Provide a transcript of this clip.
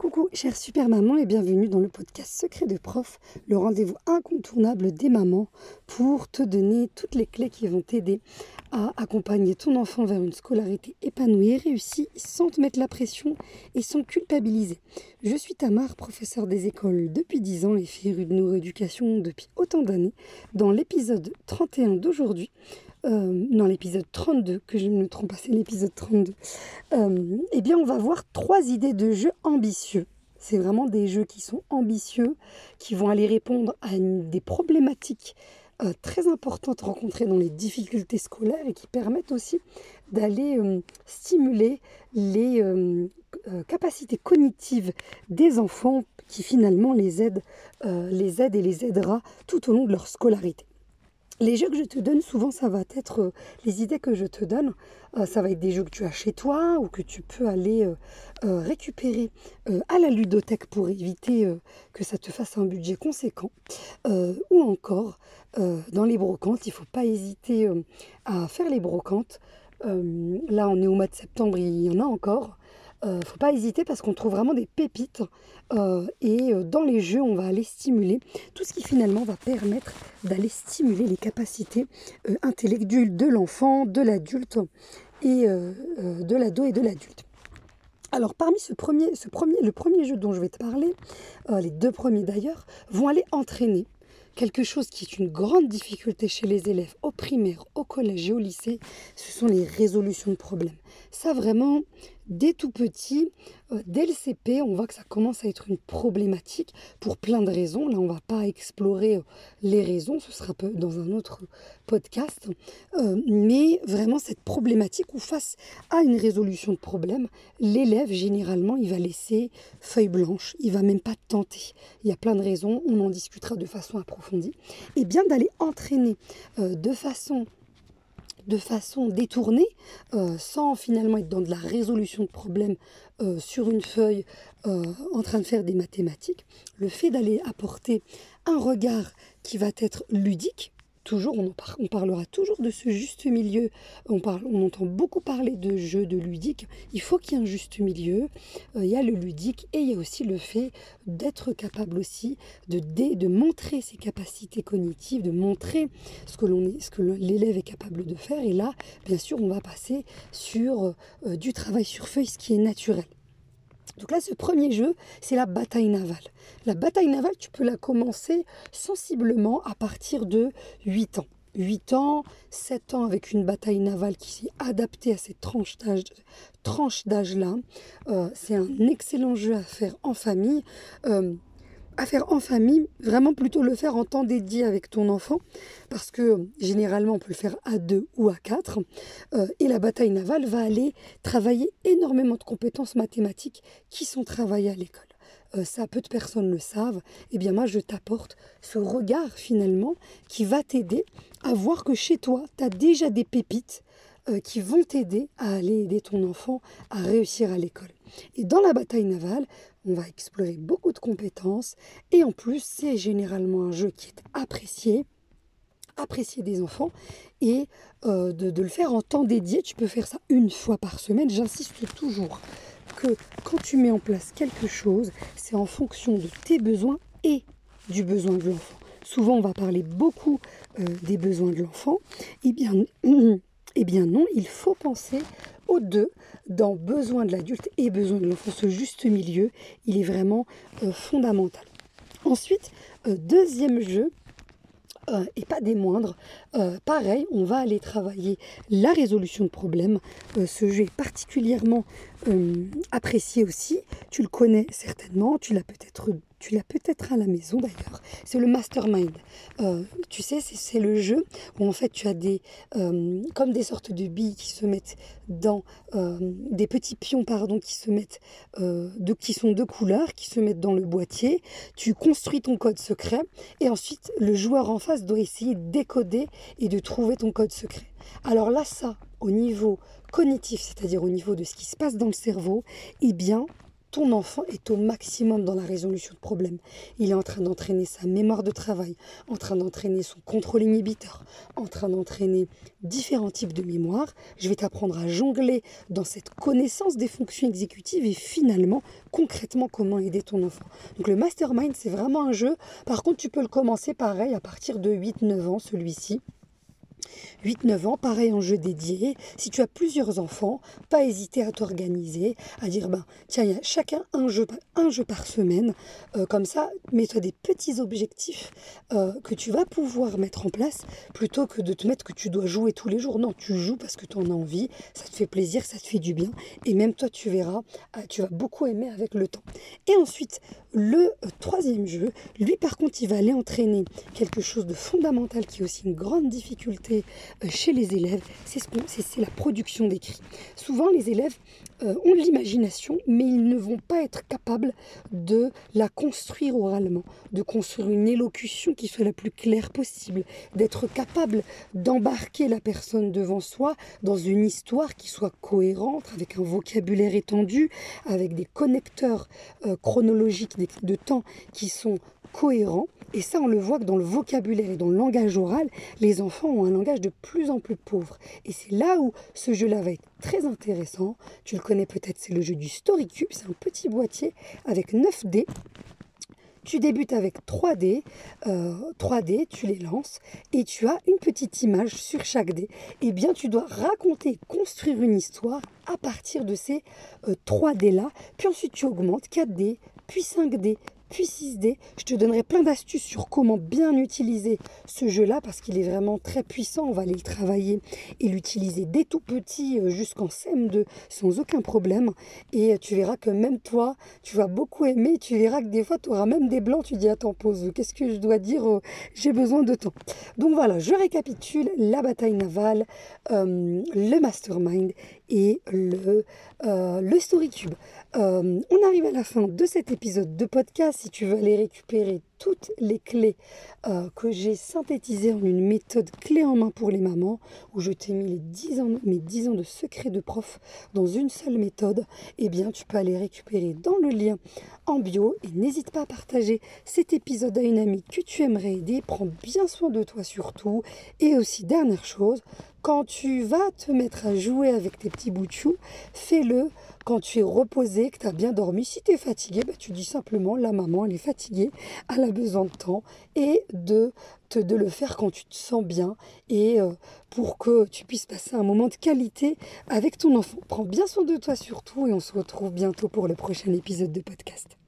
Coucou chère super maman et bienvenue dans le podcast Secret de Prof, le rendez-vous incontournable des mamans pour te donner toutes les clés qui vont t'aider à accompagner ton enfant vers une scolarité épanouie et réussie sans te mettre la pression et sans culpabiliser. Je suis Tamar, professeure des écoles depuis 10 ans et férue de neuroéducation depuis autant d'années. Dans l'épisode 31 d'aujourd'hui, dans l'épisode 32, que je ne me trompe pas, c'est l'épisode 32, eh bien on va voir 3 idées de jeux ambitieux. C'est vraiment des jeux qui sont ambitieux, qui vont aller répondre à des problématiques très importantes rencontrées dans les difficultés scolaires et qui permettent aussi d'aller stimuler les capacités cognitives des enfants qui finalement les aident et les aidera tout au long de leur scolarité. Les jeux que je te donne, souvent, ça va être les idées que je te donne. Ça va être des jeux que tu as chez toi ou que tu peux aller récupérer à la ludothèque pour éviter que ça te fasse un budget conséquent. Ou encore, dans les brocantes, il ne faut pas hésiter à faire les brocantes. Là, on est au mois de septembre, il y en a encore. Il ne faut pas hésiter parce qu'on trouve vraiment des pépites et dans les jeux on va aller stimuler tout ce qui finalement va permettre d'aller stimuler les capacités intellectuelles de l'enfant, de l'adulte et de l'ado et de l'adulte. Alors parmi le premier jeu dont je vais te parler, les 2 premiers d'ailleurs, vont aller entraîner quelque chose qui est une grande difficulté chez les élèves au primaire, au collège et au lycée, ce sont les résolutions de problèmes. Ça vraiment, dès tout petit, dès le CP, on voit que ça commence à être une problématique pour plein de raisons. Là, on ne va pas explorer les raisons, ce sera dans un autre podcast. Mais vraiment, cette problématique où face à une résolution de problème, l'élève, généralement, il va laisser feuille blanche, il ne va même pas tenter. Il y a plein de raisons, on en discutera de façon approfondie. Et bien d'aller entraîner de façon détournée, sans finalement être dans de la résolution de problèmes sur une feuille en train de faire des mathématiques, le fait d'aller apporter un regard qui va être ludique. Toujours, on parlera toujours de ce juste milieu. On entend beaucoup parler de jeux de ludique. Il faut qu'il y ait un juste milieu. Il y a le ludique et il y a aussi le fait d'être capable aussi de montrer ses capacités cognitives, de montrer ce que l'élève est capable de faire. Et là, bien sûr, on va passer sur du travail sur feuille, ce qui est naturel. Donc là, ce premier jeu, c'est la bataille navale. La bataille navale, tu peux la commencer sensiblement à partir de 8 ans. 8 ans, 7 ans avec une bataille navale qui est adaptée à cette tranche d'âge-là. C'est un excellent jeu à faire en famille. Vraiment plutôt le faire en temps dédié avec ton enfant, parce que généralement on peut le faire à 2 ou à 4, et la bataille navale va aller travailler énormément de compétences mathématiques qui sont travaillées à l'école. Ça, peu de personnes le savent, et bien moi je t'apporte ce regard finalement qui va t'aider à voir que chez toi, tu as déjà des pépites qui vont t'aider à aller aider ton enfant à réussir à l'école. Et dans la bataille navale, on va explorer beaucoup de compétences et en plus, c'est généralement un jeu qui est apprécié des enfants et de le faire en temps dédié. Tu peux faire ça 1 fois par semaine. J'insiste toujours que quand tu mets en place quelque chose, c'est en fonction de tes besoins et du besoin de l'enfant. Souvent, on va parler beaucoup des besoins de l'enfant. Eh bien non, il faut penser aux 2, dans besoin de l'adulte et besoin de l'enfant. Ce juste milieu, il est vraiment fondamental. Ensuite, deuxième jeu, et pas des moindres, pareil, on va aller travailler la résolution de problèmes. Ce jeu est particulièrement apprécié aussi. Tu le connais certainement, tu l'as peut-être à la maison d'ailleurs. C'est le mastermind. Tu sais, c'est le jeu où en fait tu as comme des sortes de billes qui se mettent dans des petits pions qui se mettent qui sont de couleurs, qui se mettent dans le boîtier. Tu construis ton code secret et ensuite le joueur en face doit essayer de décoder et de trouver ton code secret. Alors là, ça, au niveau cognitif, c'est-à-dire au niveau de ce qui se passe dans le cerveau, eh bien, ton enfant est au maximum dans la résolution de problèmes. Il est en train d'entraîner sa mémoire de travail, en train d'entraîner son contrôle inhibiteur, en train d'entraîner différents types de mémoire. Je vais t'apprendre à jongler dans cette connaissance des fonctions exécutives et finalement, concrètement, comment aider ton enfant. Donc le mastermind, c'est vraiment un jeu. Par contre, tu peux le commencer pareil à partir de 8-9 ans, celui-ci. 8-9 ans, pareil en jeu dédié. Si tu as plusieurs enfants, pas hésiter à t'organiser, à dire, tiens, il y a chacun un jeu par semaine. Comme ça, mets-toi des petits objectifs que tu vas pouvoir mettre en place plutôt que de te mettre que tu dois jouer tous les jours. Non, tu joues parce que tu en as envie, ça te fait plaisir, ça te fait du bien. Et même toi, tu verras, tu vas beaucoup aimer avec le temps. Et ensuite, le troisième jeu, lui par contre, il va aller entraîner quelque chose de fondamental qui est aussi une grande difficulté chez les élèves, c'est la production d'écrit. Souvent, les élèves ont de l'imagination, mais ils ne vont pas être capables de la construire oralement, de construire une élocution qui soit la plus claire possible, d'être capable d'embarquer la personne devant soi dans une histoire qui soit cohérente, avec un vocabulaire étendu, avec des connecteurs chronologiques de temps qui sont cohérents. Et ça, on le voit que dans le vocabulaire et dans le langage oral, les enfants ont un langage de plus en plus pauvre. Et c'est là où ce jeu-là va être très intéressant. Tu le connais peut-être, c'est le jeu du Story Cube. C'est un petit boîtier avec 9 dés. Tu débutes avec 3 dés, tu les lances et tu as une petite image sur chaque dé. Eh bien, tu dois raconter, construire une histoire à partir de ces 3 dés-là. Puis ensuite, tu augmentes 4 dés, puis 5 dés, puis 6D. Je te donnerai plein d'astuces sur comment bien utiliser ce jeu-là parce qu'il est vraiment très puissant. On va aller le travailler et l'utiliser dès tout petit jusqu'en CM2 sans aucun problème. Et tu verras que même toi, tu vas beaucoup aimer. Tu verras que des fois, tu auras même des blancs. Tu dis, attends, pause, qu'est-ce que je dois dire? J'ai besoin de temps. Donc voilà, je récapitule la bataille navale, le mastermind et le Story Cube. On arrive à la fin de cet épisode de podcast. Si tu veux aller récupérer toutes les clés que j'ai synthétisées en une méthode clé en main pour les mamans, où je t'ai mis mes 10 ans de secret de prof dans une seule méthode, eh bien tu peux aller récupérer dans le lien en bio et n'hésite pas à partager cet épisode à une amie que tu aimerais aider. Prends bien soin de toi surtout. Et aussi, dernière chose, quand tu vas te mettre à jouer avec tes petits bouts de chou, fais-le quand tu es reposé, que tu as bien dormi. Si tu es fatigué, tu dis simplement, la maman, elle est fatiguée, elle a besoin de temps et de le faire quand tu te sens bien et pour que tu puisses passer un moment de qualité avec ton enfant. Prends bien soin de toi surtout et on se retrouve bientôt pour le prochain épisode de podcast.